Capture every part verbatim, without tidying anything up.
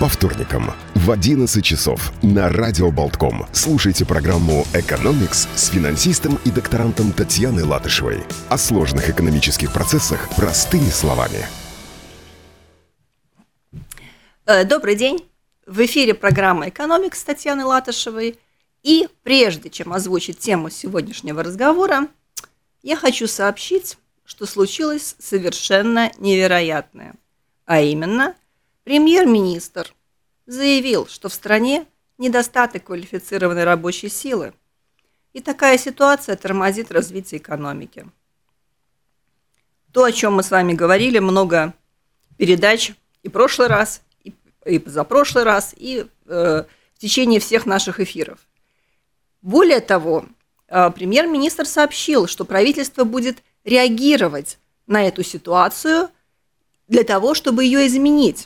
По вторникам в одиннадцать часов на Радио Болтком слушайте программу «Экономикс» с финансистом и докторантом Татьяной Латышевой. О сложных экономических процессах простыми словами. Добрый день. В эфире программа «Экономикс» с Татьяной Латышевой. И прежде чем озвучить тему сегодняшнего разговора, я хочу сообщить, что случилось совершенно невероятное. А именно, премьер-министр заявил, что в стране недостаток квалифицированной рабочей силы. И такая ситуация тормозит развитие экономики. То, о чем мы с вами говорили, много передач и в прошлый раз, и, и позапрошлый раз, и э, в течение всех наших эфиров. Более того, э, премьер-министр сообщил, что правительство будет реагировать на эту ситуацию для того, чтобы ее изменить.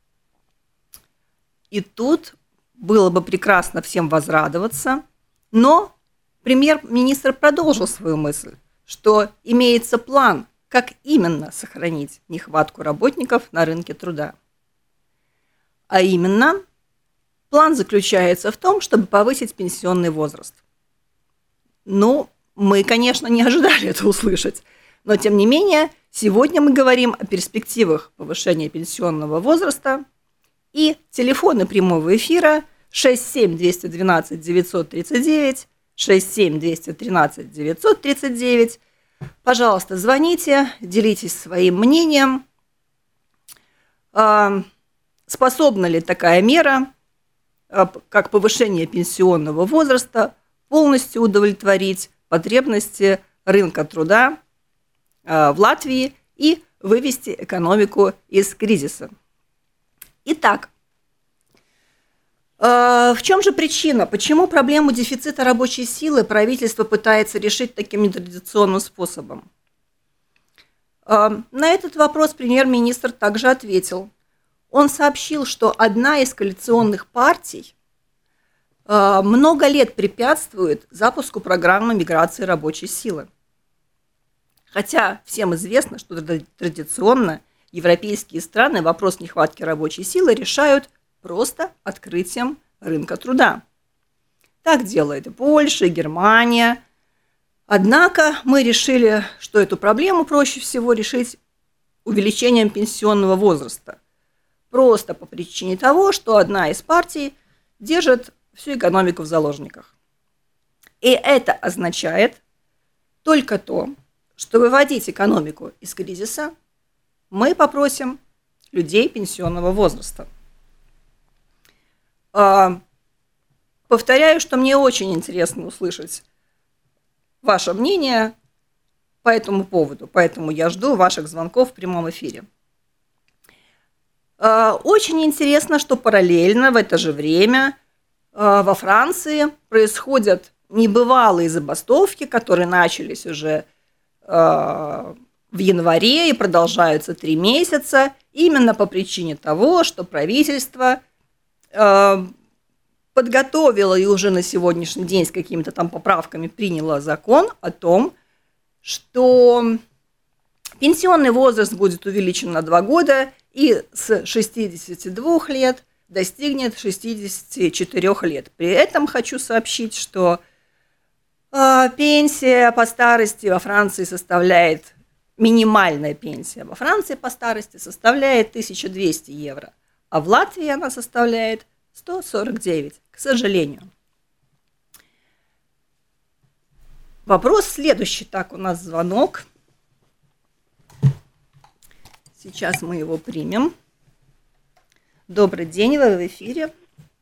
И тут было бы прекрасно всем возрадоваться, но премьер-министр продолжил свою мысль, что имеется план, как именно сохранить нехватку работников на рынке труда. А именно, план заключается в том, чтобы повысить пенсионный возраст. Ну, мы, конечно, не ожидали это услышать, но, тем не менее, сегодня мы говорим о перспективах повышения пенсионного возраста. И телефоны прямого эфира шесть семь два один два девять три девять, шесть семь два один три девять три девять. Пожалуйста, звоните, делитесь своим мнением. Способна ли такая мера, как повышение пенсионного возраста, полностью удовлетворить потребности рынка труда в Латвии и вывести экономику из кризиса? Итак, в чем же причина? Почему проблему дефицита рабочей силы правительство пытается решить таким нетрадиционным способом? На этот вопрос премьер-министр также ответил. Он сообщил, что одна из коалиционных партий много лет препятствует запуску программы миграции рабочей силы. Хотя всем известно, что традиционно европейские страны вопрос нехватки рабочей силы решают просто открытием рынка труда. Так делает и Польша, и Германия. Однако мы решили, что эту проблему проще всего решить увеличением пенсионного возраста. Просто по причине того, что одна из партий держит всю экономику в заложниках. И это означает только то, что выводить экономику из кризиса мы попросим людей пенсионного возраста. Повторяю, что мне очень интересно услышать ваше мнение по этому поводу, поэтому я жду ваших звонков в прямом эфире. Очень интересно, что параллельно в это же время во Франции происходят небывалые забастовки, которые начались уже в январе и продолжаются три месяца, именно по причине того, что правительство э, подготовило и уже на сегодняшний день с какими-то там поправками приняло закон о том, что пенсионный возраст будет увеличен на два года и с шестидесяти двух лет достигнет шестидесяти четырёх лет. При этом хочу сообщить, что э, пенсия по старости во Франции составляет минимальная пенсия во Франции по старости составляет тысяча двести евро, а в Латвии она составляет сто сорок девять, к сожалению. Вопрос следующий. Так, у нас звонок. Сейчас мы его примем. Добрый день, вы в эфире.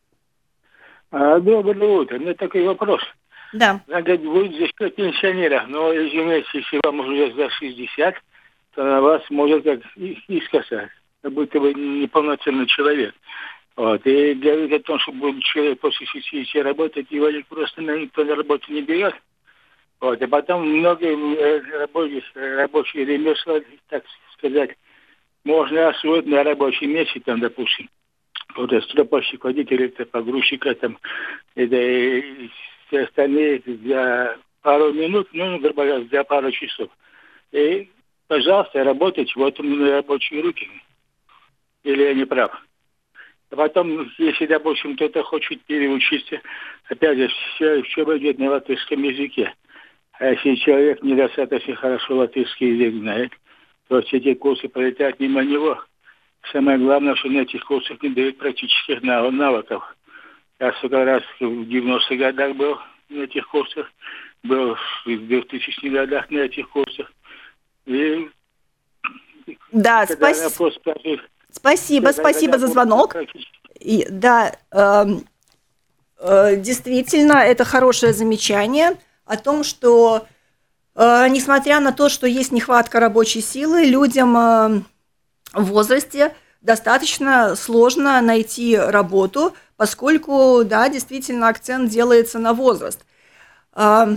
Доброе утро. У меня такой вопрос. Да. Надо будет за счет пенсионеров, но, извините, если вам уже за шестьдесят, то на вас может как искоса, как будто вы неполноценный человек. Вот. И говорить о том, что будет человек после шестидесяти работать, его просто никто на работу не берет. Вот. И потом многие рабочие, рабочие ремесла, так сказать, можно освоить на рабочем месте, там, допустим, вот стропольщик, водитель, погрузчика, там, это, все остальные за пару минут, ну, грубо говоря, за пару часов. И, пожалуйста, работайте, вот у меня рабочие руки. Или я не прав? А потом, если, допустим, кто-то хочет переучиться, опять же, все, все будет на латышском языке. А если человек недостаточно хорошо латышский язык знает, то все эти курсы пролетают мимо него. Самое главное, что на этих курсах не дают практических навыков. Я сколько раз в девяностых годах был на этих курсах, был в двухтысячных годах на этих курсах. И да, спасибо. Спасибо, спасибо за звонок. И, да, э, э, действительно, это хорошее замечание о том, что, э, несмотря на то, что есть нехватка рабочей силы, людям э, в возрасте достаточно сложно найти работу, поскольку, да, действительно, акцент делается на возраст. Э,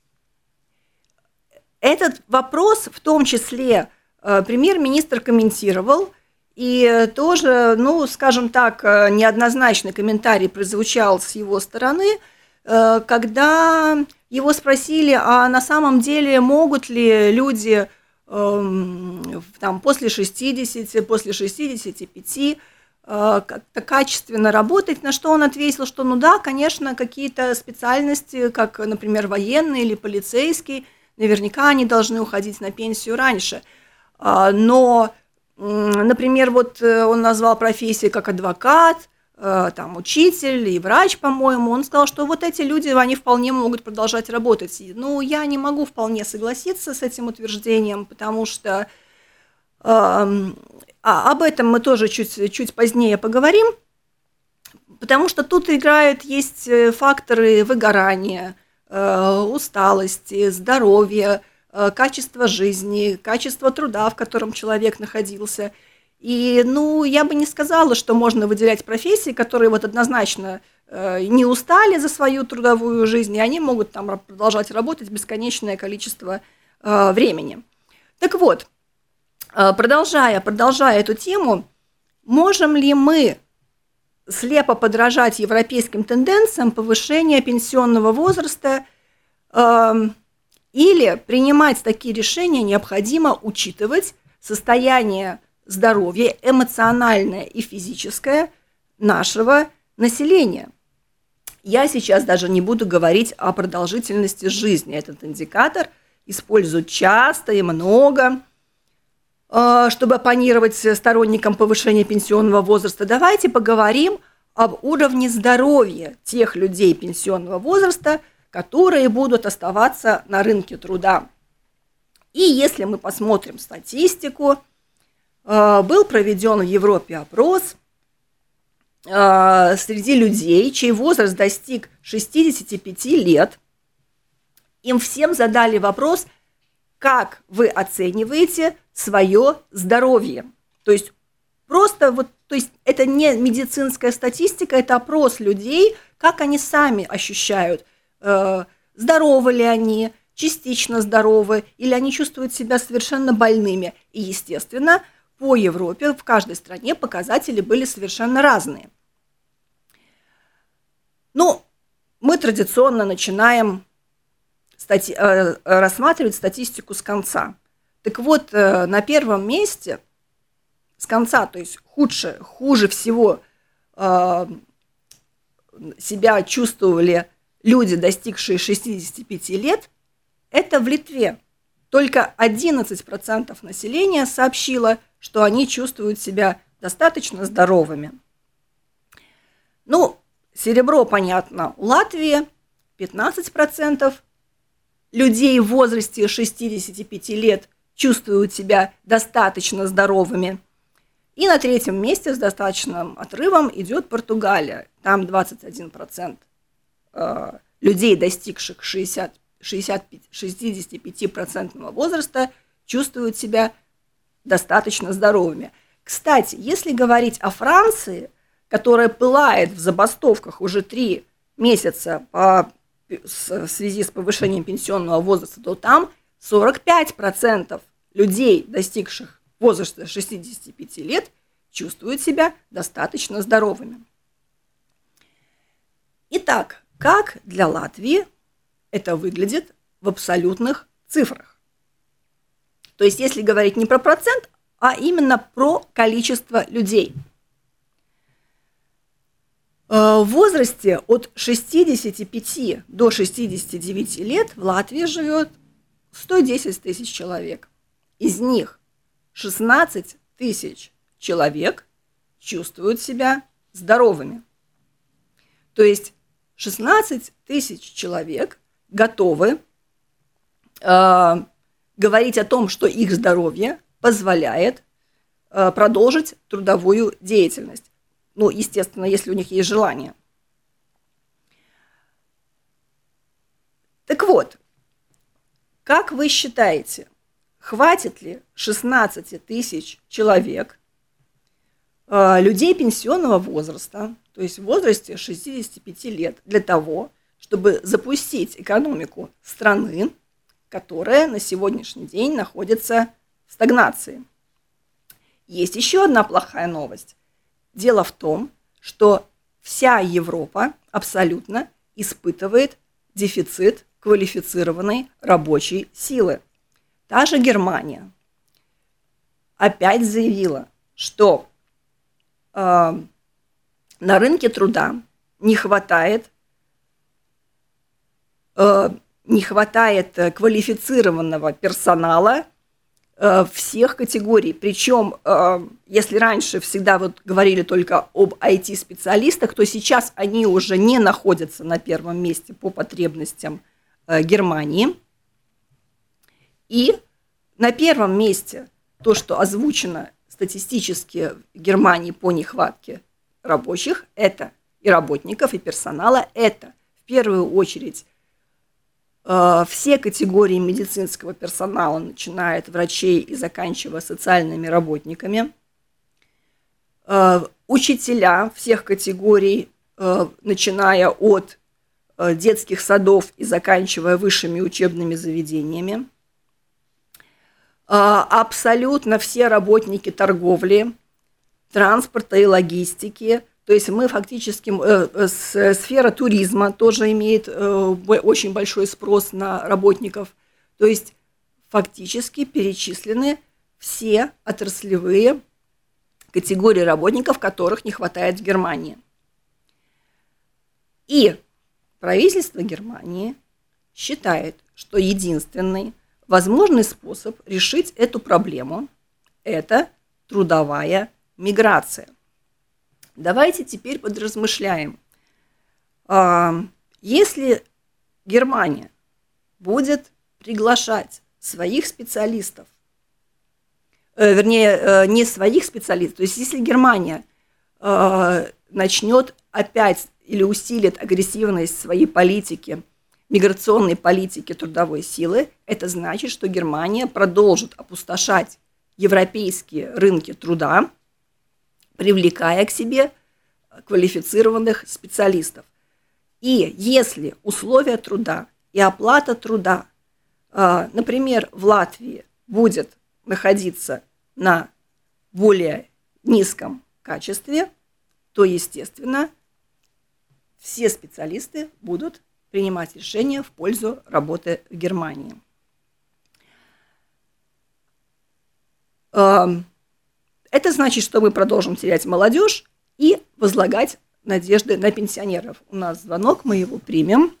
этот вопрос, в том числе, э, премьер-министр комментировал. И тоже, ну, скажем так, неоднозначный комментарий прозвучал с его стороны, когда его спросили, а на самом деле могут ли люди там, после шестидесяти, после шестидесяти пяти как-то качественно работать, на что он ответил, что ну да, конечно, какие-то специальности, как, например, военный или полицейский, наверняка они должны уходить на пенсию раньше, но... Например, вот он назвал профессии как адвокат, там, учитель и врач, по-моему. Он сказал, что вот эти люди, они вполне могут продолжать работать. Ну, я не могу вполне согласиться с этим утверждением, потому что э, а, об этом мы тоже чуть, чуть позднее поговорим, потому что тут играют, есть факторы выгорания, э, усталости, здоровья, качество жизни, качество труда, в котором человек находился. И, ну, я бы не сказала, что можно выделять профессии, которые вот однозначно э, не устали за свою трудовую жизнь, и они могут там продолжать работать бесконечное количество э, времени. Так вот, э, продолжая, продолжая эту тему, можем ли мы слепо подражать европейским тенденциям повышения пенсионного возраста, э, или принимать такие решения необходимо учитывать состояние здоровья, эмоциональное и физическое нашего населения. Я сейчас даже не буду говорить о продолжительности жизни. Этот индикатор используют часто и много, чтобы оппонировать сторонникам повышения пенсионного возраста. Давайте поговорим об уровне здоровья тех людей пенсионного возраста, которые будут оставаться на рынке труда. И если мы посмотрим статистику, был проведен в Европе опрос среди людей, чей возраст достиг шестидесяти пяти лет. Им всем задали вопрос, как вы оцениваете свое здоровье. То есть просто вот, то есть это не медицинская статистика, это опрос людей, как они сами ощущают, здоровы ли они, частично здоровы, или они чувствуют себя совершенно больными. И, естественно, по Европе в каждой стране показатели были совершенно разные. Ну, мы традиционно начинаем стати- рассматривать статистику с конца. Так вот, на первом месте с конца, то есть худше, хуже всего себя чувствовали люди, достигшие шестидесяти пяти лет, это в Литве. Только одиннадцать процентов населения сообщило, что они чувствуют себя достаточно здоровыми. Ну, серебро, понятно, у Латвии пятнадцать процентов людей в возрасте шестидесяти пяти лет чувствуют себя достаточно здоровыми. И на третьем месте с достаточным отрывом идет Португалия. Там двадцать один процент людей, достигших шестидесяти пяти процентов возраста, чувствуют себя достаточно здоровыми. Кстати, если говорить о Франции, которая пылает в забастовках уже три месяца по, в связи с повышением пенсионного возраста, то там сорок пять процентов людей, достигших возраста шестидесяти пяти лет, чувствуют себя достаточно здоровыми. Итак, как для Латвии это выглядит в абсолютных цифрах? То есть, если говорить не про процент, а именно про количество людей. В возрасте от шестидесяти пяти до шестидесяти девяти лет в Латвии живет сто десять тысяч человек. Из них шестнадцать тысяч человек чувствуют себя здоровыми. То есть шестнадцать тысяч человек готовы э, говорить о том, что их здоровье позволяет э, продолжить трудовую деятельность. Ну, естественно, если у них есть желание. Так вот, как вы считаете, хватит ли шестнадцати тысяч человек, э, людей пенсионного возраста, то есть в возрасте шестидесяти пяти лет, для того, чтобы запустить экономику страны, которая на сегодняшний день находится в стагнации? Есть еще одна плохая новость. Дело в том, что вся Европа абсолютно испытывает дефицит квалифицированной рабочей силы. Та же Германия опять заявила, что э, на рынке труда не хватает, э, не хватает квалифицированного персонала э, всех категорий. Причем, э, если раньше всегда вот говорили только об ай ти-специалистах, то сейчас они уже не находятся на первом месте по потребностям э, Германии. И на первом месте то, что озвучено статистически в Германии по нехватке рабочих, это и работников, и персонала, это в первую очередь э, все категории медицинского персонала, начиная от врачей и заканчивая социальными работниками, э, учителя всех категорий, э, начиная от э, детских садов и заканчивая высшими учебными заведениями, абсолютно все работники торговли, транспорта и логистики. То есть мы фактически, э, с, сфера туризма тоже имеет э, очень большой спрос на работников. То есть фактически перечислены все отраслевые категории работников, которых не хватает в Германии. И правительство Германии считает, что единственный возможный способ решить эту проблему – это трудовая миграция. Давайте теперь подразмышляем. Если Германия будет приглашать своих специалистов, вернее, не своих специалистов, то есть если Германия начнет опять или усилит агрессивность своей политики, миграционной политики трудовой силы, это значит, что Германия продолжит опустошать европейские рынки труда, привлекая к себе квалифицированных специалистов. И если условия труда и оплата труда, например, в Латвии будет находиться на более низком качестве, то, естественно, все специалисты будут принимать решения в пользу работы в Германии. Это значит, что мы продолжим терять молодежь и возлагать надежды на пенсионеров. У нас звонок, мы его примем.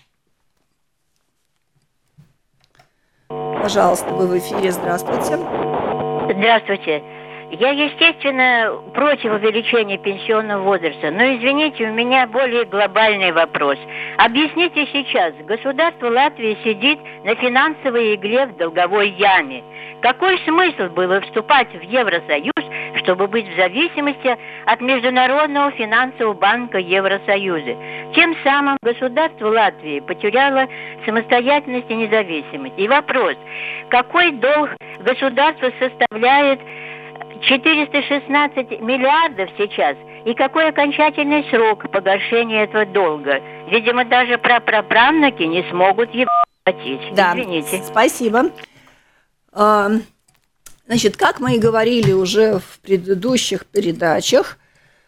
Пожалуйста, вы в эфире, здравствуйте. Здравствуйте. Я, естественно, против увеличения пенсионного возраста, но, извините, у меня более глобальный вопрос. Объясните сейчас, государство Латвии сидит на финансовой игле в долговой яме. Какой смысл было вступать в Евросоюз, чтобы быть в зависимости от Международного финансового банка Евросоюза? Тем самым государство Латвии потеряло самостоятельность и независимость. И вопрос, какой долг государства составляет четыреста шестнадцать миллиардов сейчас, и какой окончательный срок погашения этого долга? Видимо, даже прапраправнуки не смогут его платить. Да, извините. Спасибо. Значит, как мы и говорили уже в предыдущих передачах,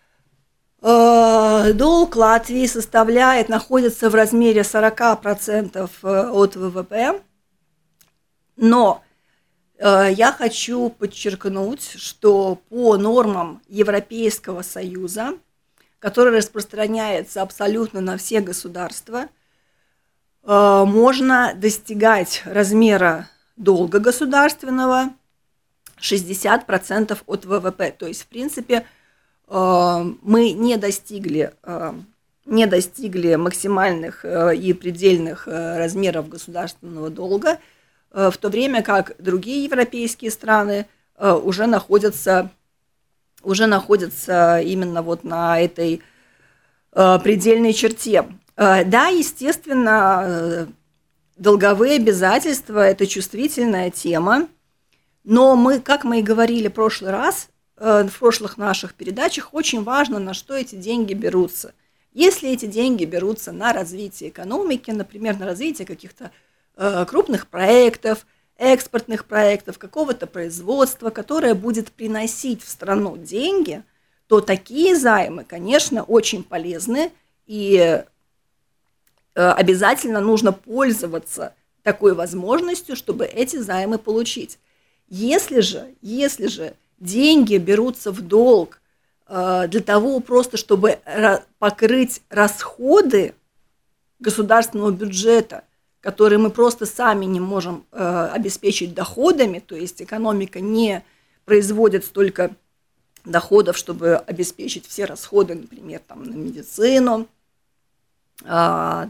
долг Латвии составляет, находится в размере сорок процентов от вэ вэ пэ, но я хочу подчеркнуть, что по нормам Европейского Союза который распространяется абсолютно на все государства, можно достигать размера долга государственного шестьдесят процентов от вэ вэ пэ. То есть, в принципе, мы не достигли, не достигли максимальных и предельных размеров государственного долга, в то время как другие европейские страны уже находятся, уже находятся именно вот на этой предельной черте. Да, естественно, долговые обязательства – это чувствительная тема, но мы, как мы и говорили в прошлый раз, в прошлых наших передачах, очень важно, на что эти деньги берутся. Если эти деньги берутся на развитие экономики, например, на развитие каких-то крупных проектов, экспортных проектов, какого-то производства, которое будет приносить в страну деньги, то такие займы, конечно, очень полезны, и обязательно нужно пользоваться такой возможностью, чтобы эти займы получить. Если же, если же деньги берутся в долг для того просто, чтобы покрыть расходы государственного бюджета, которые мы просто сами не можем обеспечить доходами, то есть экономика не производит столько доходов, чтобы обеспечить все расходы, например, там, на медицину, на,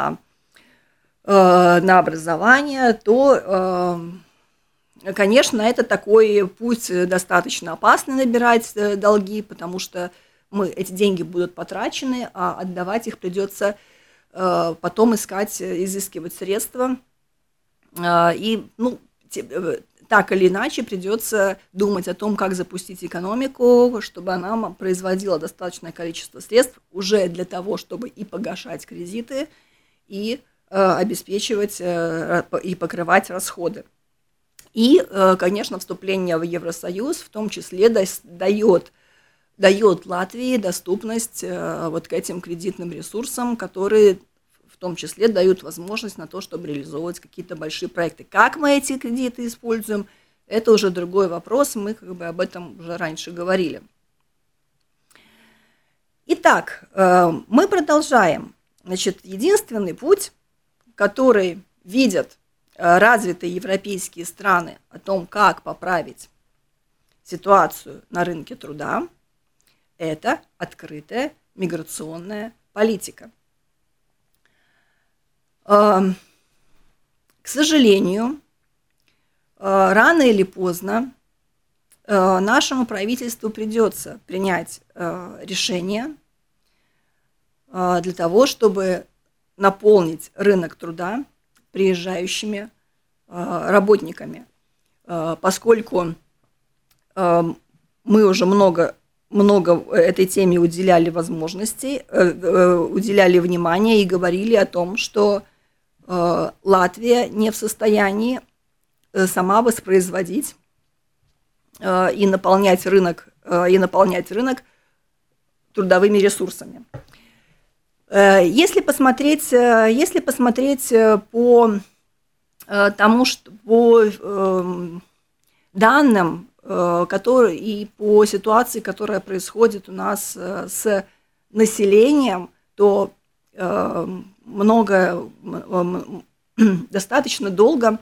на образование, то, конечно, это такой путь достаточно опасный набирать долги, потому что мы, эти деньги будут потрачены, а отдавать их придется потом искать, изыскивать средства, и, ну, так или иначе придется думать о том, как запустить экономику, чтобы она производила достаточное количество средств уже для того, чтобы и погашать кредиты, и обеспечивать, и покрывать расходы. И, конечно, вступление в Евросоюз в том числе дает, дает Латвии доступность вот к этим кредитным ресурсам, которые в том числе дают возможность на то, чтобы реализовывать какие-то большие проекты. Как мы эти кредиты используем, это уже другой вопрос, мы как бы об этом уже раньше говорили. Итак, мы продолжаем. Значит, единственный путь, который видят развитые европейские страны о том, как поправить ситуацию на рынке труда, это открытая миграционная политика. К сожалению, рано или поздно нашему правительству придется принять решение для того, чтобы наполнить рынок труда приезжающими работниками, поскольку мы уже много, много этой теме уделяли возможностей, уделяли внимание и говорили о том, что Латвия не в состоянии сама воспроизводить и наполнять рынок, и наполнять рынок трудовыми ресурсами. Если посмотреть, если посмотреть по тому, что по данным, которые, и по ситуации, которая происходит у нас с населением, то много, достаточно долго,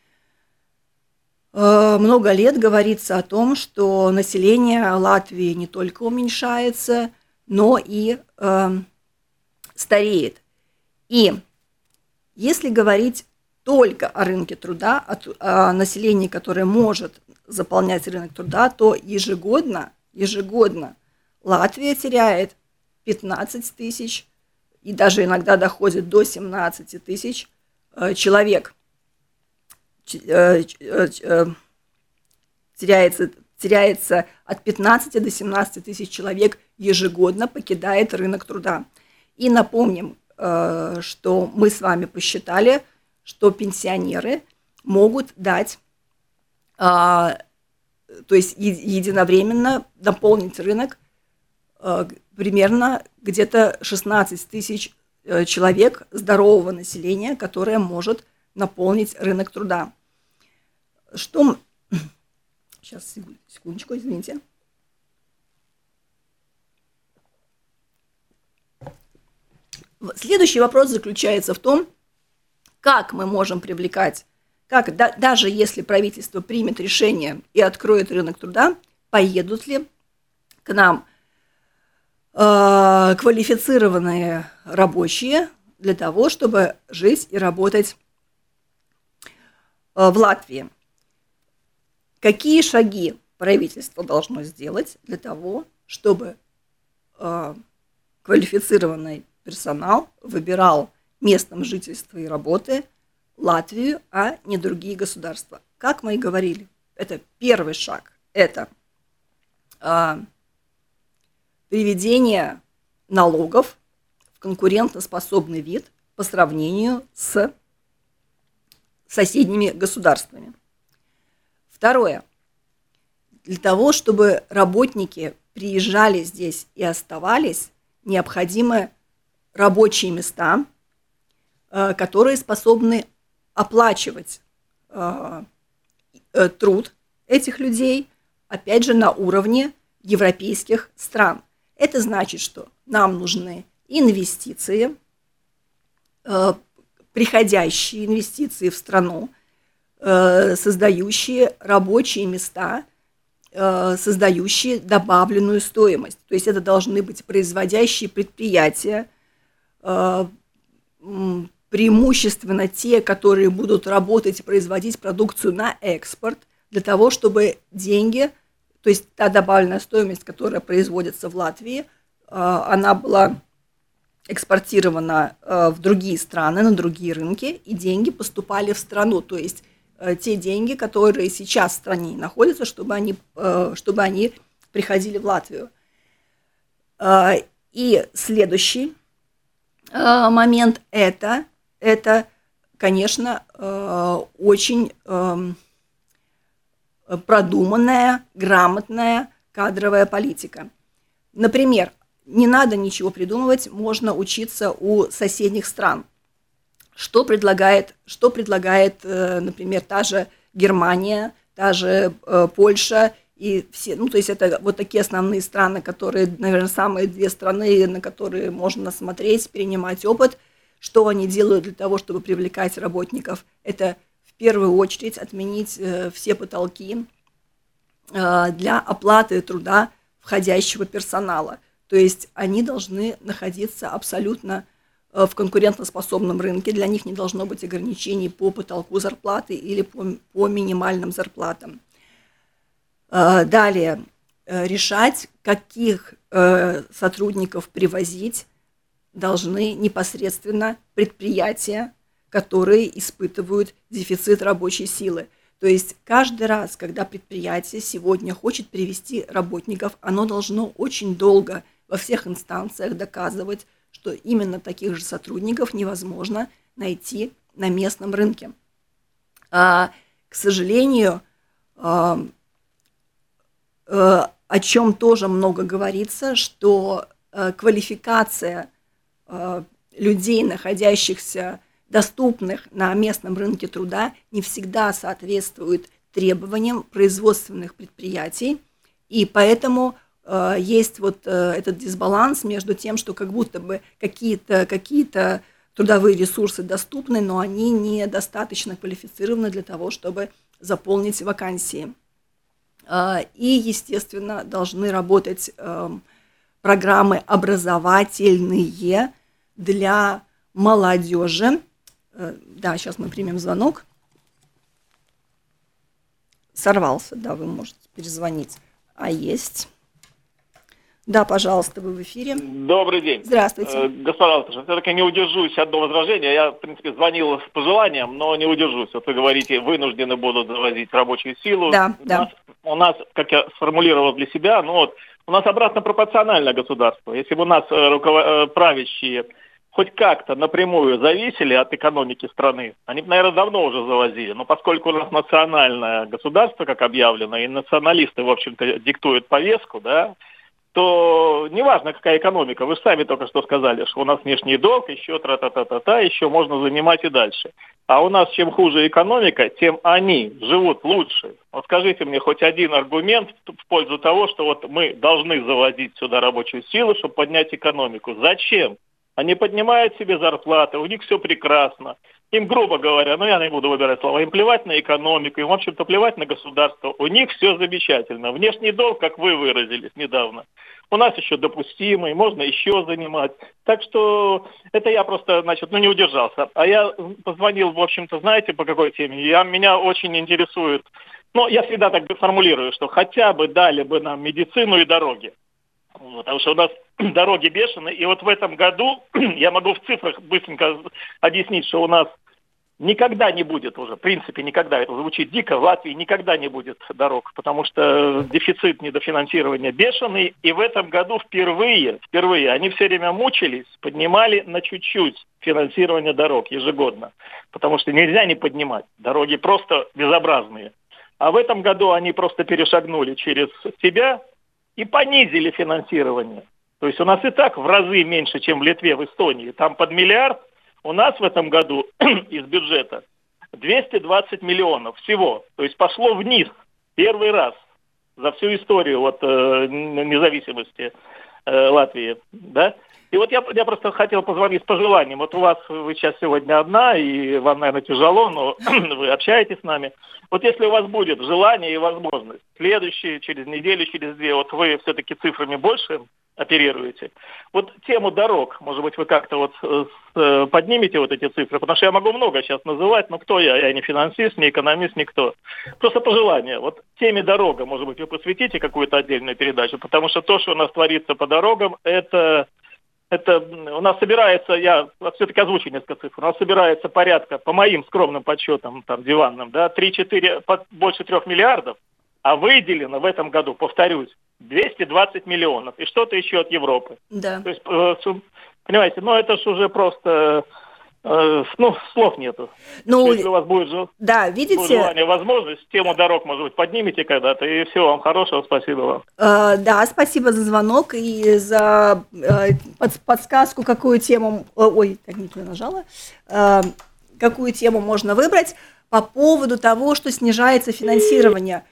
много лет говорится о том, что население Латвии не только уменьшается, но и стареет. И если говорить только о рынке труда, о, о населении, которое может заполнять рынок труда, то ежегодно, ежегодно Латвия теряет пятнадцать тысяч и даже иногда доходит до семнадцать тысяч э, человек. Э, э, э, теряется, теряется от пятнадцати до семнадцати тысяч человек ежегодно покидает рынок труда. И напомним, э, что мы с вами посчитали, что пенсионеры могут дать, э, то есть единовременно наполнить рынок э, примерно где-то шестнадцать тысяч э, человек здорового населения, которое может наполнить рынок труда. Что... Сейчас, секундочку, извините. Следующий вопрос заключается в том, как мы можем привлекать, как да, даже если правительство примет решение и откроет рынок труда, поедут ли к нам э, квалифицированные рабочие для того, чтобы жить и работать э, в Латвии. Какие шаги правительство должно сделать для того, чтобы э, квалифицированный персонал выбирал местом жительства и работы Латвию, а не другие государства. Как мы и говорили, это первый шаг, это э, приведение налогов в конкурентоспособный вид по сравнению с соседними государствами. Второе. Для того, чтобы работники приезжали здесь и оставались, необходимы рабочие места, которые способны оплачивать труд этих людей, опять же, на уровне европейских стран. Это значит, что нам нужны инвестиции, приходящие инвестиции в страну, создающие рабочие места, создающие добавленную стоимость. То есть это должны быть производящие предприятия, преимущественно те, которые будут работать и производить продукцию на экспорт, для того, чтобы деньги, то есть та добавленная стоимость, которая производится в Латвии, она была экспортирована в другие страны, на другие рынки, и деньги поступали в страну. То есть те деньги, которые сейчас в стране находятся, чтобы они, чтобы они приходили в Латвию. И следующий момент – это, это, конечно, очень продуманная, грамотная кадровая политика. Например, не надо ничего придумывать, можно учиться у соседних стран. Что предлагает, что предлагает, например, та же Германия, та же Польша и все, ну, то есть это вот такие основные страны, которые, наверное, самые две страны, на которые можно смотреть, перенимать опыт. Что они делают для того, чтобы привлекать работников? Это в первую очередь отменить все потолки для оплаты труда входящего персонала. То есть они должны находиться абсолютно в конкурентоспособном рынке, для них не должно быть ограничений по потолку зарплаты или по, по минимальным зарплатам. Далее, решать, каких сотрудников привозить, должны непосредственно предприятия, которые испытывают дефицит рабочей силы. То есть каждый раз, когда предприятие сегодня хочет привести работников, оно должно очень долго во всех инстанциях доказывать, что именно таких же сотрудников невозможно найти на местном рынке. А, к сожалению, а, а, о чем тоже много говорится, что а, квалификация а, людей, находящихся доступных на местном рынке труда, не всегда соответствует требованиям производственных предприятий, и поэтому есть вот этот дисбаланс между тем, что как будто бы какие-то, какие-то трудовые ресурсы доступны, но они недостаточно квалифицированы для того, чтобы заполнить вакансии. И, естественно, должны работать программы образовательные для молодежи. Да, сейчас мы примем звонок. Сорвался, да, вы можете перезвонить. А есть... Да, пожалуйста, вы в эфире. Добрый день. Здравствуйте. Господа, все-таки не удержусь от одного возражения. Я, в принципе, звонил с пожеланием, но не удержусь. Вот вы говорите, вынуждены будут завозить рабочую силу. Да, у да. Нас, у нас, как я сформулировал для себя, ну вот, у нас обратно пропорциональное государство. Если бы у нас руковод... правящие хоть как-то напрямую зависели от экономики страны, они бы, наверное, давно уже завозили. Но поскольку у нас национальное государство, как объявлено, и националисты, в общем-то, диктуют повестку, да, то неважно, какая экономика, вы же сами только что сказали, что у нас внешний долг, еще тра-та-та-та-та, еще можно занимать и дальше. А у нас чем хуже экономика, тем они живут лучше. Вот скажите мне хоть один аргумент в пользу того, что вот мы должны заводить сюда рабочую силу, чтобы поднять экономику. Зачем? Они поднимают себе зарплаты, у них все прекрасно. Им, грубо говоря, ну я не буду выбирать слова, им плевать на экономику, им, в общем-то, плевать на государство. У них все замечательно. Внешний долг, как вы выразились недавно, у нас еще допустимый, можно еще занимать. Так что это я просто, значит, ну не удержался. А я позвонил, в общем-то, знаете, по какой теме? Я, меня очень интересует, ну я всегда так формулирую, что хотя бы дали бы нам медицину и дороги. Потому что у нас дороги бешеные, и вот в этом году, я могу в цифрах быстренько объяснить, что у нас никогда не будет уже, в принципе, никогда, это звучит дико, в Латвии никогда не будет дорог, потому что дефицит недофинансирования бешеный, и в этом году впервые, впервые они все время мучились, поднимали на чуть-чуть финансирование дорог ежегодно, потому что нельзя не поднимать, дороги просто безобразные. А в этом году они просто перешагнули через себя и понизили финансирование. То есть у нас и так в разы меньше, чем в Литве, в Эстонии, там под миллиард. У нас в этом году из бюджета двести двадцать миллионов всего. То есть пошло вниз первый раз за всю историю вот, э, независимости э, Латвии. Да? И вот я, я просто хотел позвонить с пожеланием. Вот у вас, вы сейчас сегодня одна, и вам, наверное, тяжело, но вы общаетесь с нами. Вот если у вас будет желание и возможность, следующие, через неделю, через две, вот вы все-таки цифрами больше оперируете. Вот тему дорог, может быть, вы как-то вот э, поднимете вот эти цифры, потому что я могу много сейчас называть, но кто я? Я не финансист, не экономист, никто. Просто пожелание. Вот теме дорога, может быть, вы посвятите какую-то отдельную передачу, потому что то, что у нас творится по дорогам, это, это у нас собирается, я все-таки озвучу несколько цифр, у нас собирается порядка, по моим скромным подсчетам, там, диванным, да, три-четыре, больше трех миллиардов, а выделено в этом году, повторюсь, двести двадцать миллионов. И что-то еще от Европы. Да. То есть, понимаете, ну это ж уже просто, э, ну, слов нету. Ну, если у вас будет, да, видите, будет желание, возможность, тему дорог, может быть, поднимите когда-то. И всего вам хорошего, спасибо вам. Э, да, спасибо за звонок и за э, под, подсказку, какую тему... Ой, так не туда нажала. Э, какую тему можно выбрать по поводу того, что снижается финансирование.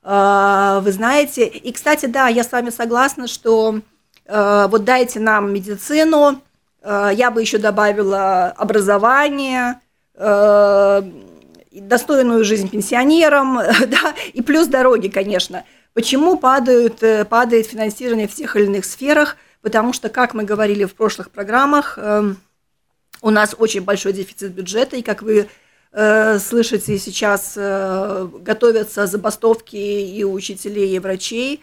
Вы знаете, и, кстати, да, я с вами согласна, что э, вот дайте нам медицину, э, я бы еще добавила образование, э, достойную жизнь пенсионерам, да, и плюс дороги, конечно. Почему падают, падает финансирование в тех или иных сферах? Потому что, как мы говорили в прошлых программах, э, у нас очень большой дефицит бюджета, и, как вы слышите, сейчас готовятся забастовки и у учителей, и врачей.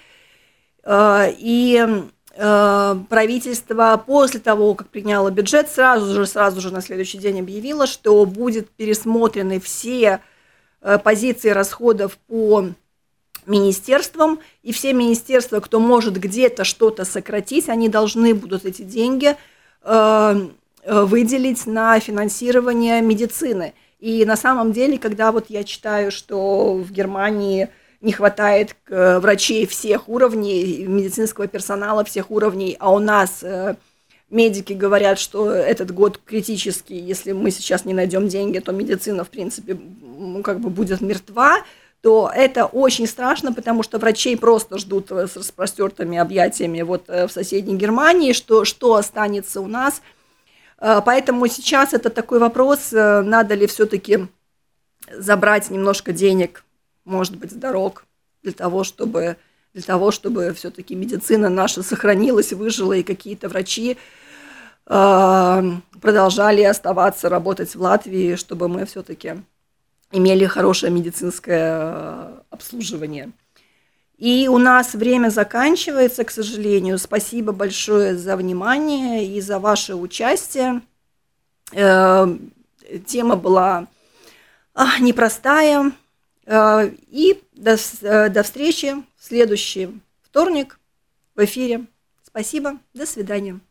И правительство после того, как приняло бюджет, сразу же, сразу же на следующий день объявило, что будут пересмотрены все позиции расходов по министерствам, и все министерства, кто может где-то что-то сократить, они должны будут эти деньги выделить на финансирование медицины. И на самом деле, когда вот я читаю, что в Германии не хватает врачей всех уровней, медицинского персонала всех уровней, а у нас медики говорят, что этот год критический, если мы сейчас не найдем деньги, то медицина, в принципе, ну, как бы будет мертва, то это очень страшно, потому что врачей просто ждут с распростертыми объятиями вот в соседней Германии, что, что останется у нас. Поэтому сейчас это такой вопрос, надо ли все-таки забрать немножко денег, может быть, с дорог, для того, чтобы, для того, чтобы все-таки медицина наша сохранилась, выжила, и какие-то врачи э, продолжали оставаться, работать в Латвии, чтобы мы все-таки имели хорошее медицинское обслуживание. И у нас время заканчивается, к сожалению. Спасибо большое за внимание и за ваше участие. Э, тема была а, непростая. Э, и до, до встречи в следующий вторник в эфире. Спасибо. До свидания.